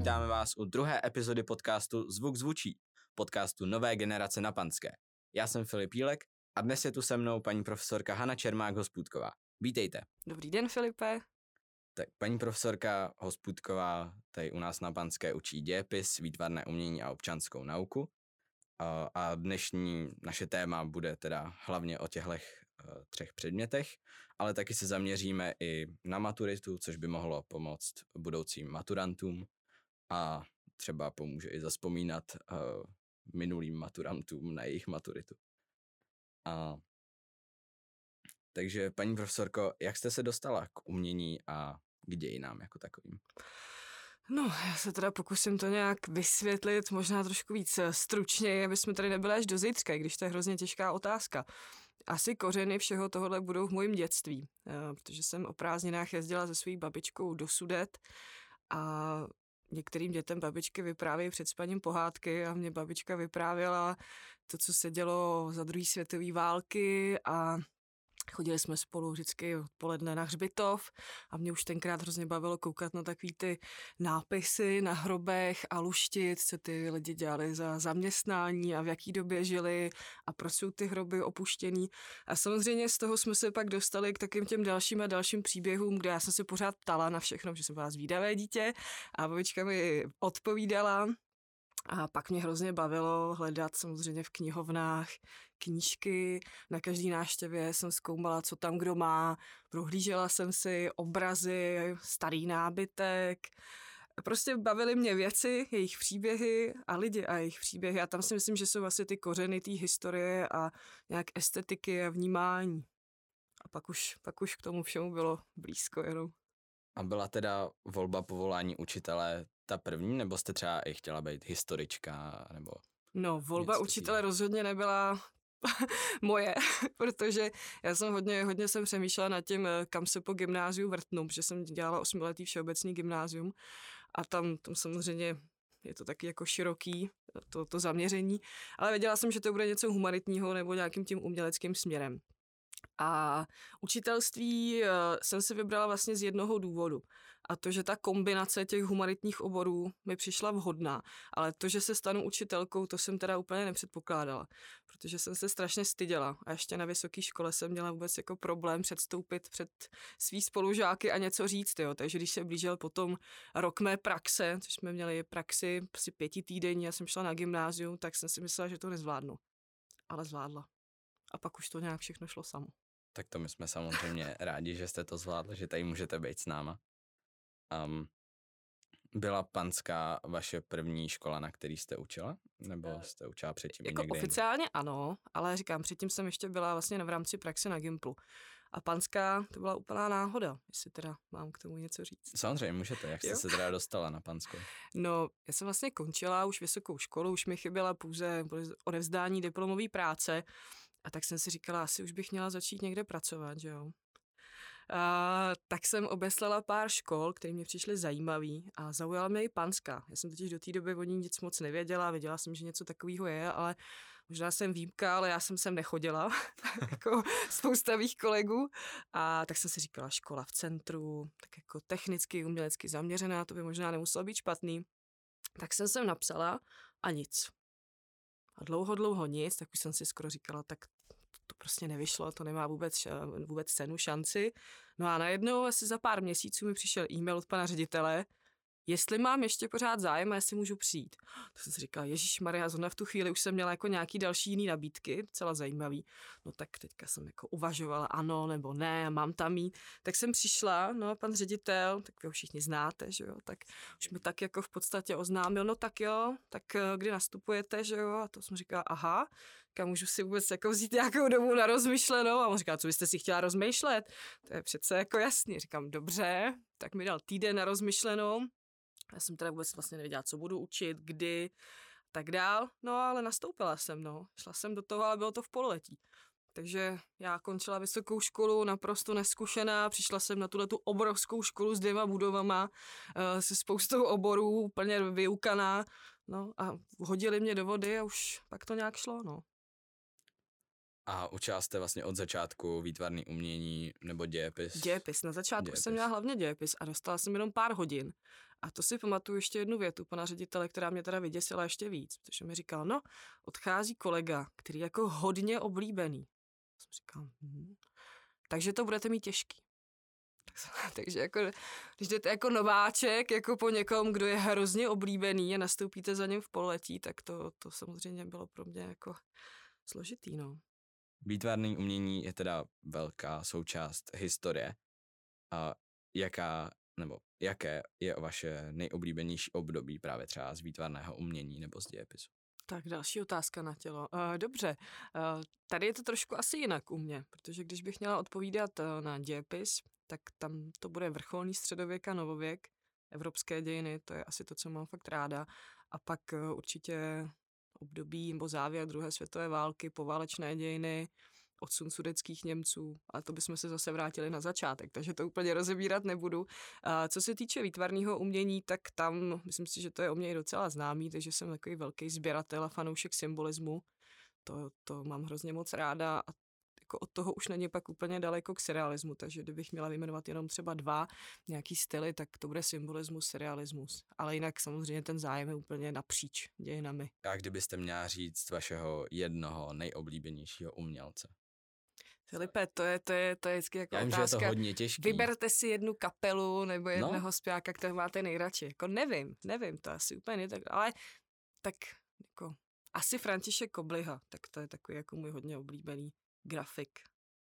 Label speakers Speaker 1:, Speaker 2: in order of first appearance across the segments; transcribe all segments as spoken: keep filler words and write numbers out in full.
Speaker 1: vítáme vás u druhé epizody podcastu Zvuk zvučí, podcastu nové generace na Panské. Já jsem Filip Jílek a dnes je tu se mnou paní profesorka Hana Čermák-Hospůdková. Vítejte.
Speaker 2: Dobrý den, Filipe.
Speaker 1: Tak paní profesorka Hospůdková tady u nás na Panské učí dějepis, výtvarné umění a občanskou nauku. A dnešní naše téma bude teda hlavně o těchto třech předmětech, ale taky se zaměříme i na maturitu, což by mohlo pomoct budoucím maturantům a třeba pomůže i zazpomínat uh, minulým maturantům na jejich maturitu. A, takže paní profesorko, jak jste se dostala k umění a k dějinám jako takovým?
Speaker 2: No, já se teda pokusím to nějak vysvětlit, možná trošku víc stručně, aby jsme tady nebyli až do zítřka, když to je hrozně těžká otázka. Asi kořeny všeho tohohle budou v mojím dětství, protože jsem o prázdninách jezdila se svou babičkou do Sudet a některým dětem babičky vyprávějí před spaním pohádky a mě babička vyprávěla to, co se dělo za druhé světové války a chodili jsme spolu vždycky odpoledne na hřbitov a mě už tenkrát hrozně bavilo koukat na takový ty nápisy na hrobech a luštit, co ty lidi dělali za zaměstnání a v jaký době žili a proč jsou ty hroby opuštěný. A samozřejmě z toho jsme se pak dostali k takým těm dalším a dalším příběhům, kde já jsem se pořád ptala na všechno, že jsem byla zvídavé dítě a babička mi odpovídala. A pak mě hrozně bavilo hledat samozřejmě v knihovnách knížky. Na každý návštěvě jsem zkoumala, co tam kdo má. Prohlížela jsem si obrazy, starý nábytek. Prostě bavily mě věci, jejich příběhy a lidi a jejich příběhy. A tam si myslím, že jsou asi ty kořeny té historie a nějak estetiky a vnímání. A pak už, pak už k tomu všemu bylo blízko jenom.
Speaker 1: A byla teda volba povolání učitele ta první, nebo jste třeba i chtěla být historička, nebo...
Speaker 2: No, volba učitele si... rozhodně nebyla moje, protože já jsem hodně, hodně jsem přemýšlela nad tím, kam se po gymnáziu vrtnu, protože jsem dělala osmiletý všeobecný gymnázium a tam, tam samozřejmě je to taky jako široký, to, to zaměření, ale věděla jsem, že to bude něco humanitního nebo nějakým tím uměleckým směrem. A učitelství jsem si vybrala vlastně z jednoho důvodu. A to, že ta kombinace těch humanitních oborů mi přišla vhodná. Ale to, že se stanu učitelkou, to jsem teda úplně nepředpokládala. Protože jsem se strašně styděla. A ještě na vysoké škole jsem měla vůbec jako problém předstoupit před svý spolužáky a něco říct. Jo. Takže když se blížil potom rok mé praxe, což jsme měli praxi asi pěti týdenní, já jsem šla na gymnázium, tak jsem si myslela, že to nezvládnu. Ale zvládla. A pak už to nějak všechno šlo samo.
Speaker 1: Tak to my jsme samozřejmě rádi, že jste to zvládli, že tady můžete být s náma. Um, byla Panská vaše první škola, na který jste učila? Nebo jste učila předtím
Speaker 2: jako
Speaker 1: někde
Speaker 2: oficiálně jinde? Ano, ale říkám, předtím jsem ještě byla vlastně v rámci praxe na Gimplu. A Panská, to byla úplná náhoda, jestli teda mám k tomu něco říct.
Speaker 1: Samozřejmě můžete, jak jste jo? se teda dostala na Panskou?
Speaker 2: No, já jsem vlastně končila už vysokou školu, už mi chyběla pouze odevzdání diplomové práce a tak jsem si říkala, asi už bych měla začít někde pracovat, že jo. A, tak jsem obeslala pár škol, které mě přišly zajímavý a zaujala mě i Panská. Já jsem totiž do té doby o ní nic moc nevěděla, věděla jsem, že něco takového je, ale možná jsem výjimka, ale já jsem sem nechodila, jako spousta mých kolegů. A tak jsem si říkala, škola v centru, tak jako technicky, umělecky zaměřená, to by možná nemuselo být špatný. Tak jsem sem napsala a nic. A dlouho, dlouho nic, tak už jsem si skoro říkala, tak to prostě nevyšlo, to nemá vůbec, vůbec cenu, šanci. No a najednou asi za pár měsíců mi přišel e-mail od pana ředitele, jestli mám ještě pořád zájem a jestli můžu přijít. Tak jsem si říkala, ježišmarja, zrovna v tu chvíli už jsem měla jako nějaký další jiný nabídky, docela zajímavý. No tak teďka jsem jako uvažovala ano nebo ne, mám tam jít. Tak jsem přišla, no a pan ředitel, tak vy ho všichni znáte, že jo, tak už mi tak jako v podstatě oznámil, no tak jo, tak kdy nastupujete, že jo, a to jsem říkala, aha, kam můžu si vůbec jako vzít nějakou dobu na rozmyšlenou a on říká, co byste si chtěla rozmýšlet, to je přece jako jasný, říkám, dobře, tak mi dal týden na rozmyšlenou. Já jsem teda vůbec vlastně nevěděla, co budu učit, kdy, tak dál. No ale nastoupila jsem, no. Šla jsem do toho, ale bylo to v pololetí. Takže já končila vysokou školu, naprosto neskušená, přišla jsem na tuhletu obrovskou školu s dvěma budovama, se spoustou oborů, úplně vyukaná. No a hodili mě do vody a už pak to nějak šlo, no.
Speaker 1: A učila jste vlastně od začátku výtvarný umění nebo dějepis?
Speaker 2: Dějepis. Na začátku
Speaker 1: dějepis.
Speaker 2: jsem měla hlavně dějepis a dostala jsem jenom pár hodin. A to si pamatuju ještě jednu větu pana ředitele, která mě teda vyděsila ještě víc, protože mi říkal, no, odchází kolega, který je jako hodně oblíbený. Jsem říkal, hm, takže to budete mít těžký. Takže jako, když jdete jako nováček, jako po někom, kdo je hrozně oblíbený a nastoupíte za ním v pololetí, tak to, to samozřejmě bylo pro mě jako složitý, no.
Speaker 1: Výtvarné umění je teda velká součást historie. A jaká, nebo jaké je vaše nejoblíbenější období právě třeba z výtvarného umění nebo z dějepisu?
Speaker 2: Tak další otázka na tělo. Uh, dobře, uh, tady je to trošku asi jinak u mě, protože když bych měla odpovídat uh, na dějepis, tak tam to bude vrcholný středověk a novověk, evropské dějiny, to je asi to, co mám fakt ráda. A pak uh, určitě období nebo závěr druhé světové války, poválečné dějiny, odsun sudetských Němců, ale to bychom se zase vrátili na začátek, takže to úplně rozebírat nebudu. A co se týče výtvarného umění, tak tam, myslím si, že to je o mě i docela známý, takže jsem takový velký sběratel a fanoušek symbolismu. To, to mám hrozně moc ráda a jako od toho už není pak úplně daleko k surrealismu, takže kdybych měla vyjmenovat jenom třeba dva nějaký styly, tak to bude symbolismus, surrealismus. Ale jinak samozřejmě ten zájem je úplně napříč dějinami.
Speaker 1: A kdybyste měla říct vašeho jednoho nejoblíbenějšího umělce?
Speaker 2: Filipe, to je, to je, to je vždycky jako
Speaker 1: Já vím,
Speaker 2: otázka.
Speaker 1: Že je to hodně těžký.
Speaker 2: Vyberte si jednu kapelu nebo jednoho
Speaker 1: no.
Speaker 2: zpěváka, kterého máte nejradši. Jako nevím, nevím, to asi úplně ne tak, ale tak jako asi František Kobliha, tak to je takový jako můj hodně oblíbený grafik.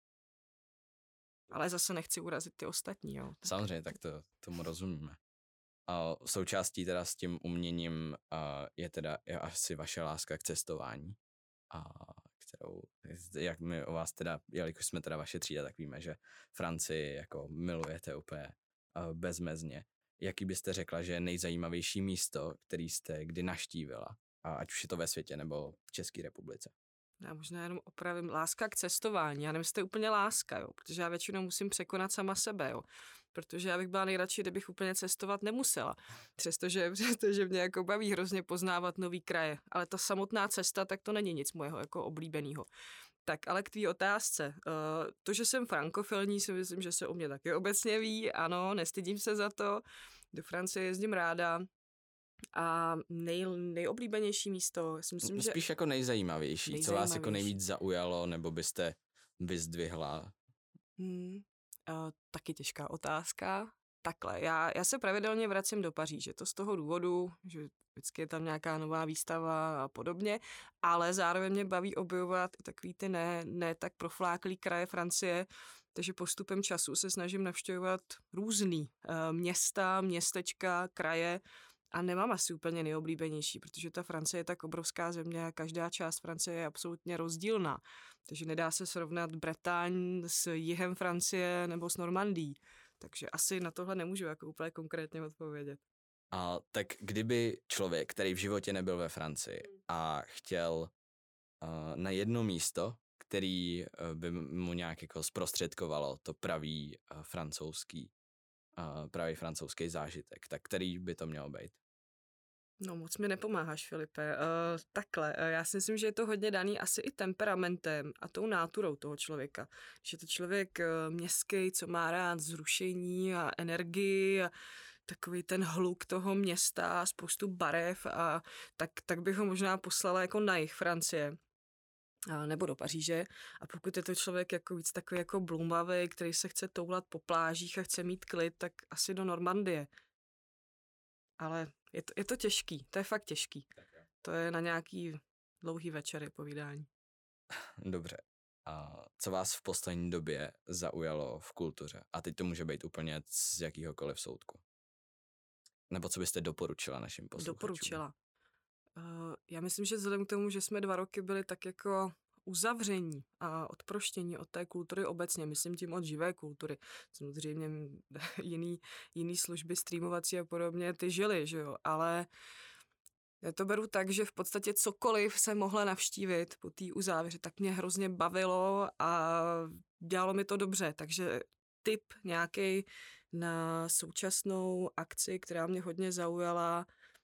Speaker 2: Ale zase nechci urazit ty ostatní, jo. Tak.
Speaker 1: Samozřejmě, tak to, tomu rozumíme. A součástí teda s tím uměním je teda je asi vaše láska k cestování. A kterou, jak my o vás teda, jelikož jsme teda vaše třída, tak víme, že Francii jako milujete úplně bezmezně. Jaký byste řekla, že je nejzajímavější místo, který jste kdy navštívila? A ať už je to ve světě nebo v České republice.
Speaker 2: Já možná jenom opravím, láska k cestování. Já nevím, jestli to je úplně láska, jo, protože já většinou musím překonat sama sebe, jo. Protože já bych byla nejradši, kdybych úplně cestovat nemusela. Přestože, přestože mě jako baví hrozně poznávat nový kraje. Ale ta samotná cesta, tak to není nic mojeho jako oblíbeného. Tak ale k tvý otázce. To, že jsem frankofilní, si myslím, že se o mě taky obecně ví. Ano, nestydím se za to. Do Francie jezdím ráda. A nej, nejoblíbenější místo, já si myslím,
Speaker 1: Spíš
Speaker 2: že...
Speaker 1: jako nejzajímavější.
Speaker 2: nejzajímavější.
Speaker 1: Co vás jako nejvíc zaujalo, nebo byste vyzdvihla?
Speaker 2: Hmm, uh, taky těžká otázka. Takhle, já, já se pravidelně vracím do Paříže, to z toho důvodu, že vždycky je tam nějaká nová výstava a podobně, ale zároveň mě baví objevovat i takový ty ne, ne tak profláklý kraje Francie, takže postupem času se snažím navštěvovat různý uh, města, městečka, kraje, a nemám asi úplně nejoblíbenější, protože ta Francie je tak obrovská země a každá část Francie je absolutně rozdílná. Takže nedá se srovnat Bretaň s jihem Francie nebo s Normandií. Takže asi na tohle nemůžu jako úplně konkrétně odpovědět.
Speaker 1: A tak kdyby člověk, který v životě nebyl ve Francii a chtěl uh, na jedno místo, který uh, by mu nějak jako zprostředkovalo to pravý uh, francouzský Uh, právě francouzský zážitek, tak který by to mělo být?
Speaker 2: No moc mi nepomáháš, Filipe. Uh, takhle, uh, já si myslím, že je to hodně daný asi i temperamentem a tou náturou toho člověka. Že to člověk uh, městský, co má rád zrušení a energii a takový ten hluk toho města, spoustu barev a tak, tak bych ho možná poslala jako na jih Francie. Nebo do Paříže. A pokud je to člověk jako víc takový jako blumavý, který se chce toulat po plážích a chce mít klid, tak asi do Normandie. Ale je to, je to těžký, to je fakt těžký. To je na nějaký dlouhý večery povídání.
Speaker 1: Dobře. A co vás v poslední době zaujalo v kultuře? A teď to může být úplně z jakýhokoliv soudku. Nebo co byste doporučila našim posluchačům?
Speaker 2: Doporučila. Uh, já myslím, že vzhledem k tomu, že jsme dva roky byli tak jako uzavření a odproštění od té kultury obecně, myslím tím od živé kultury. Samozřejmě jiný, jiný služby streamovací a podobně, ty žily, že jo, ale já to beru tak, že v podstatě cokoliv se mohla navštívit po té uzávěře, tak mě hrozně bavilo a dělalo mi to dobře, takže tip nějaký na současnou akci, která mě hodně zaujala.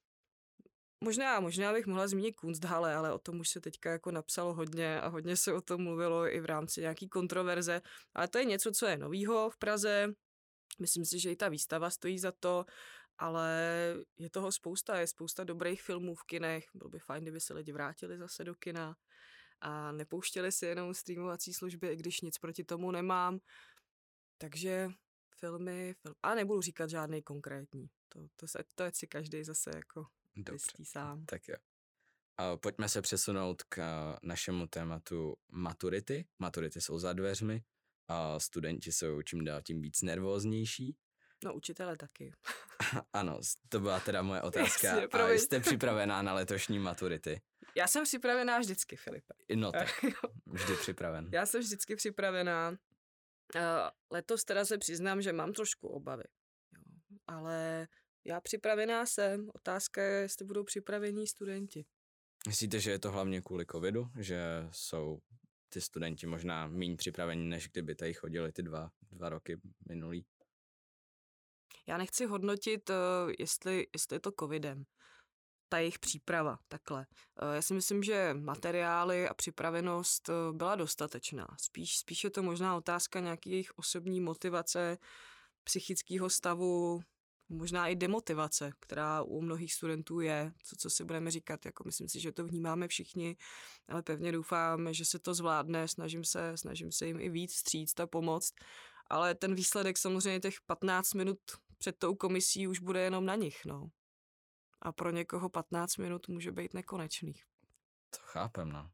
Speaker 2: Možná, možná bych mohla zmínit Kunsthalle, ale o tom už se teďka jako napsalo hodně a hodně se o tom mluvilo i v rámci nějaký kontroverze. Ale to je něco, co je novýho v Praze. Myslím si, že i ta výstava stojí za to ale je toho spousta, je spousta dobrých filmů v kinech, bylo by fajn, kdyby se lidi vrátili zase do kina a nepouštěli si jenom streamovací služby, i když nic proti tomu nemám. Takže filmy, film, a nebudu říkat žádný konkrétní, to, to, se, to je si každý zase jako zjistí sám.
Speaker 1: Tak jo. A pojďme se přesunout k našemu tématu maturity. Maturity jsou za dveřmi a studenti jsou čím dál tím víc nervóznější.
Speaker 2: No, učitele taky.
Speaker 1: Ano, to byla teda moje otázka.
Speaker 2: Jasně,
Speaker 1: a jste připravená na letošní maturity?
Speaker 2: Já jsem připravená vždycky, Filipe.
Speaker 1: No tak, vždy připraven.
Speaker 2: Já jsem vždycky připravená. Uh, letos teda se přiznám, že mám trošku obavy. Jo. Ale já připravená jsem. Otázka je, jestli budou připravení studenti.
Speaker 1: Myslíte, že je to hlavně kvůli covidu? Že jsou ty studenti možná méně připravení, než kdyby tady chodili ty dva, dva roky minulý?
Speaker 2: Já nechci hodnotit, jestli, jestli je to covidem. Ta jejich příprava, takhle. Já si myslím, že materiály a připravenost byla dostatečná. Spíš, spíš je to možná otázka nějaké jejich osobní motivace, psychického stavu, možná i demotivace, která u mnohých studentů je, co, co si budeme říkat, jako myslím si, že to vnímáme všichni, ale pevně doufám, že se to zvládne, snažím se, snažím se jim i víc vstříct a pomoct, ale ten výsledek samozřejmě těch patnáct minut před tou komisí už bude jenom na nich, no. A pro někoho patnáct minut může být nekonečných.
Speaker 1: To chápem, no.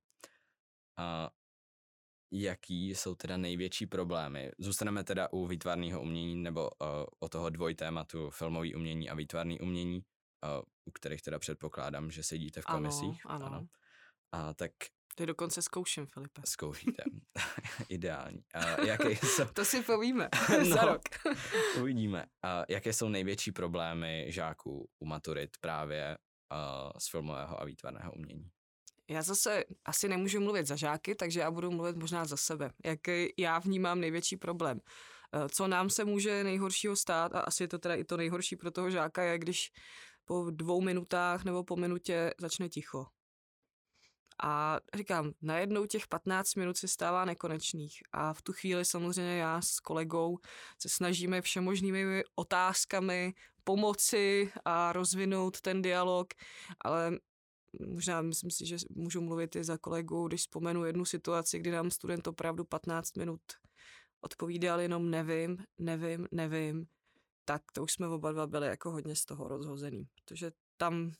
Speaker 1: A jaký jsou teda největší problémy? Zůstaneme teda u výtvarného umění nebo uh, o toho dvojtématu filmový umění a výtvarný umění, uh, u kterých teda předpokládám, že sedíte v komisích.
Speaker 2: Ano, ano.
Speaker 1: ano. A tak...
Speaker 2: Ty dokonce zkouším, Filipe.
Speaker 1: Zkoušíte. Ideální. A jaké jsou...
Speaker 2: To si povíme
Speaker 1: no,
Speaker 2: za rok.
Speaker 1: Uvidíme. A jaké jsou největší problémy žáků u maturit právě uh, z filmového a výtvarného umění?
Speaker 2: Já zase asi nemůžu mluvit za žáky, takže já budu mluvit možná za sebe. Jak já vnímám největší problém. Co nám se může nejhoršího stát, a asi je to teda i to nejhorší pro toho žáka, je, když po dvou minutách nebo po minutě začne ticho. A říkám, najednou těch patnáct minut se stává nekonečných a v tu chvíli samozřejmě já s kolegou se snažíme všemožnými otázkami pomoci a rozvinout ten dialog, ale možná myslím si, že můžu mluvit i za kolegu, když vzpomenu jednu situaci, kdy nám student opravdu patnáct minut odpovídal jenom nevím, nevím, nevím, tak to už jsme oba dva byli jako hodně z toho rozhozený, protože tam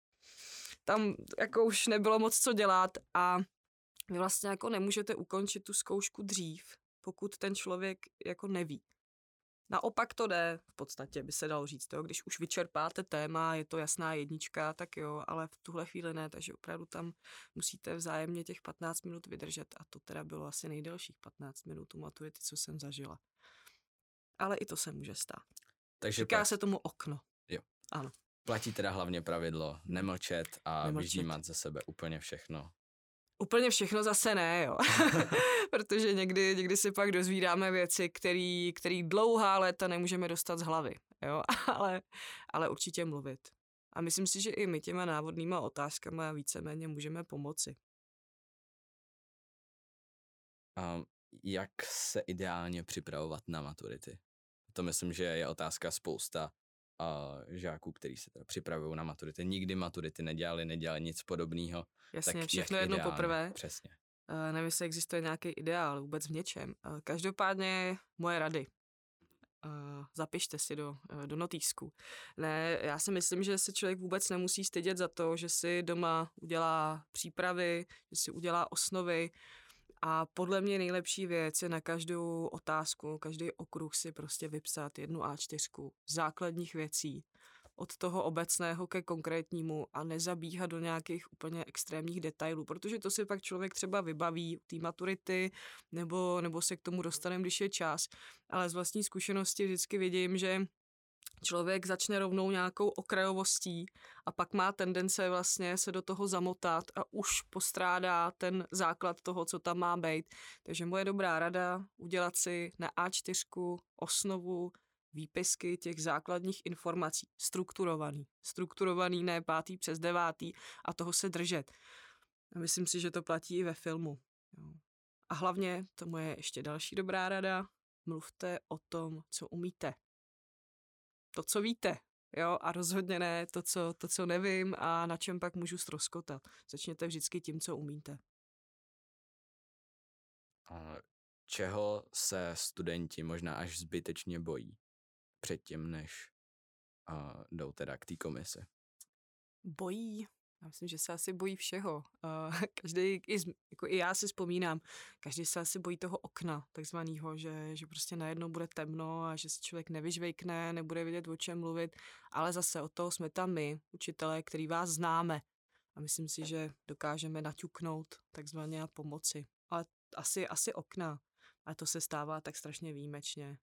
Speaker 2: tam jako už nebylo moc co dělat a vy vlastně jako nemůžete ukončit tu zkoušku dřív, pokud ten člověk jako neví. Naopak to jde, v podstatě by se dalo říct, jo? Když už vyčerpáte téma, je to jasná jednička, tak jo, ale v tuhle chvíli ne, takže opravdu tam musíte vzájemně těch patnáct minut vydržet a to teda bylo asi nejdelších patnáct minut u maturity, co jsem zažila. Ale i to se může stát. Takže říká plat... se tomu okno.
Speaker 1: Jo.
Speaker 2: Ano.
Speaker 1: Platí teda hlavně pravidlo nemlčet a nemlčet. Vyždímat ze sebe úplně všechno.
Speaker 2: Úplně všechno zase ne, jo. Protože někdy, někdy si pak dozvídáme věci, který, který dlouhá léta nemůžeme dostat z hlavy, jo. Ale, ale určitě mluvit. A myslím si, že i my těma návodnýma otázkama víceméně můžeme pomoci.
Speaker 1: A jak se ideálně připravovat na maturity? To myslím, že je otázka spousta a žáků, kteří se teda připravují na maturity. Nikdy maturity nedělali, nedělali nic podobného.
Speaker 2: Jasně,
Speaker 1: tak
Speaker 2: všechno jedno
Speaker 1: ideálně,
Speaker 2: poprvé.
Speaker 1: Přesně.
Speaker 2: Uh, nevím, jestli existuje nějaký ideál vůbec v něčem. Uh, každopádně moje rady. Uh, zapište si do, uh, do notýsku. Ne, já si myslím, že se člověk vůbec nemusí stydět za to, že si doma udělá přípravy, že si udělá osnovy. A podle mě nejlepší věc je na každou otázku, každý okruh si prostě vypsat jednu á čtyři základních věcí. Od toho obecného ke konkrétnímu a nezabíhat do nějakých úplně extrémních detailů, protože to si pak člověk třeba vybaví u té maturity nebo, nebo se k tomu dostaneme, když je čas. Ale z vlastní zkušenosti vždycky vidím, že člověk začne rovnou nějakou okrajovostí a pak má tendence vlastně se do toho zamotat a už postrádá ten základ toho, co tam má být. Takže moje dobrá rada, udělat si na á čtyři osnovu, výpisky těch základních informací, strukturovaný. Strukturovaný, ne pátý přes devátý a toho se držet. A myslím si, že to platí i ve filmu. A hlavně, to moje ještě další dobrá rada, mluvte o tom, co umíte. To, co víte. jo, a rozhodně ne to, co, to, co nevím a na čem pak můžu ztroskotat. Začněte vždycky tím, co umíte.
Speaker 1: A čeho se studenti možná až zbytečně bojí předtím, než uh, jdou teda k té komisi?
Speaker 2: Bojí. Já myslím, že se asi bojí všeho. Uh, každý, i, jako i já si vzpomínám, každý se asi bojí toho okna, takzvanýho, že, že prostě najednou bude temno a že se člověk nevyžvejkne, nebude vědět, o čem mluvit, ale zase od toho jsme tam my, učitelé, který vás známe a myslím si, že dokážeme naťuknout takzvaně a pomoci. Ale asi, asi okna. A to se stává tak strašně výjimečně.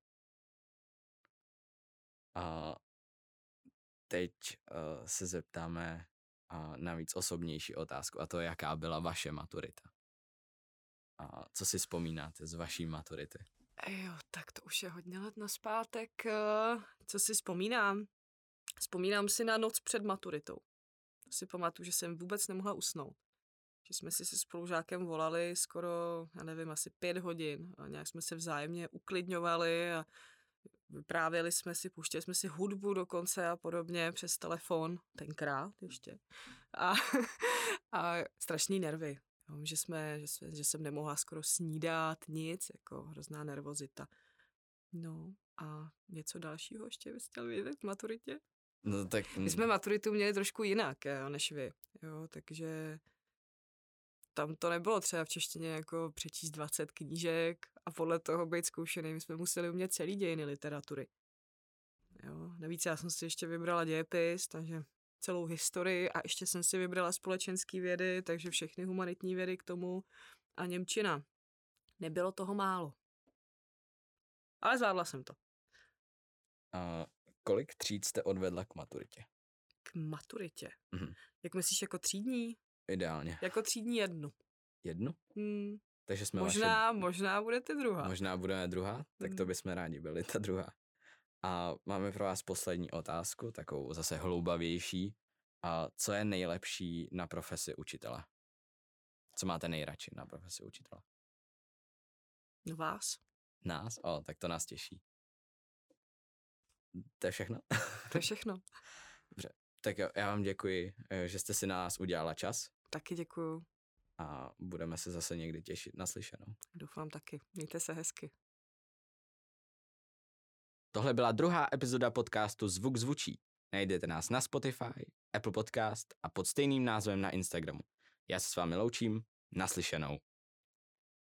Speaker 1: A teď uh, se zeptáme uh, na víc osobnější otázku, a to je, jaká byla vaše maturita. A co si vzpomínáte z vaší maturity?
Speaker 2: Jo, tak to už je hodně let nazpátek. Co si vzpomínám? Vzpomínám si na noc před maturitou. To si pamatuju, že jsem vůbec nemohla usnout. Že jsme si se spolužákem volali skoro, já nevím, asi pět hodin. A nějak jsme se vzájemně uklidňovali a vyprávěli jsme si, pouštěli jsme si hudbu dokonce a podobně přes telefon, tenkrát ještě. A, a strašný nervy. No, že, jsme, že, jsme, že jsem nemohla skoro snídat, nic, jako hrozná nervozita. No a něco dalšího ještě bys chtěl vědět k maturitě?
Speaker 1: No tak...
Speaker 2: My jsme maturitu měli trošku jinak, jo, než vy, jo, takže tam to nebylo třeba v češtině jako přečíst dvacet knížek a podle toho být zkoušený. My jsme museli umět celý dějiny literatury. Jo, navíc já jsem si ještě vybrala dějepis, takže celou historii a ještě jsem si vybrala společenské vědy, takže všechny humanitní vědy k tomu a němčina. Nebylo toho málo. Ale zvládla jsem to.
Speaker 1: A kolik tříd jste odvedla k maturitě?
Speaker 2: K maturitě?
Speaker 1: Mhm.
Speaker 2: Jak myslíš, jako třídní?
Speaker 1: Ideálně.
Speaker 2: Jako třídní jednu.
Speaker 1: Jednu?
Speaker 2: Hmm.
Speaker 1: Takže jsme
Speaker 2: možná,
Speaker 1: vaše...
Speaker 2: možná budete druhá.
Speaker 1: Možná budeme druhá? Tak
Speaker 2: hmm.
Speaker 1: to bychom rádi byli, ta druhá. A máme pro vás poslední otázku, takovou zase hloubavější. A co je nejlepší na profesi učitele? Co máte nejradši na profesi učitele?
Speaker 2: No vás.
Speaker 1: Nás? O, tak to nás těší. To je všechno?
Speaker 2: To je všechno.
Speaker 1: Dobře. Tak jo, já vám děkuji, že jste si na nás udělala čas.
Speaker 2: Taky děkuju.
Speaker 1: A budeme se zase někdy těšit na slyšenou.
Speaker 2: Doufám taky. Mějte se hezky.
Speaker 1: Tohle byla druhá epizoda podcastu Zvuk zvučí. Najdete nás na Spotify, Apple Podcast a pod stejným názvem na Instagramu. Já se s vámi loučím, naslyšenou.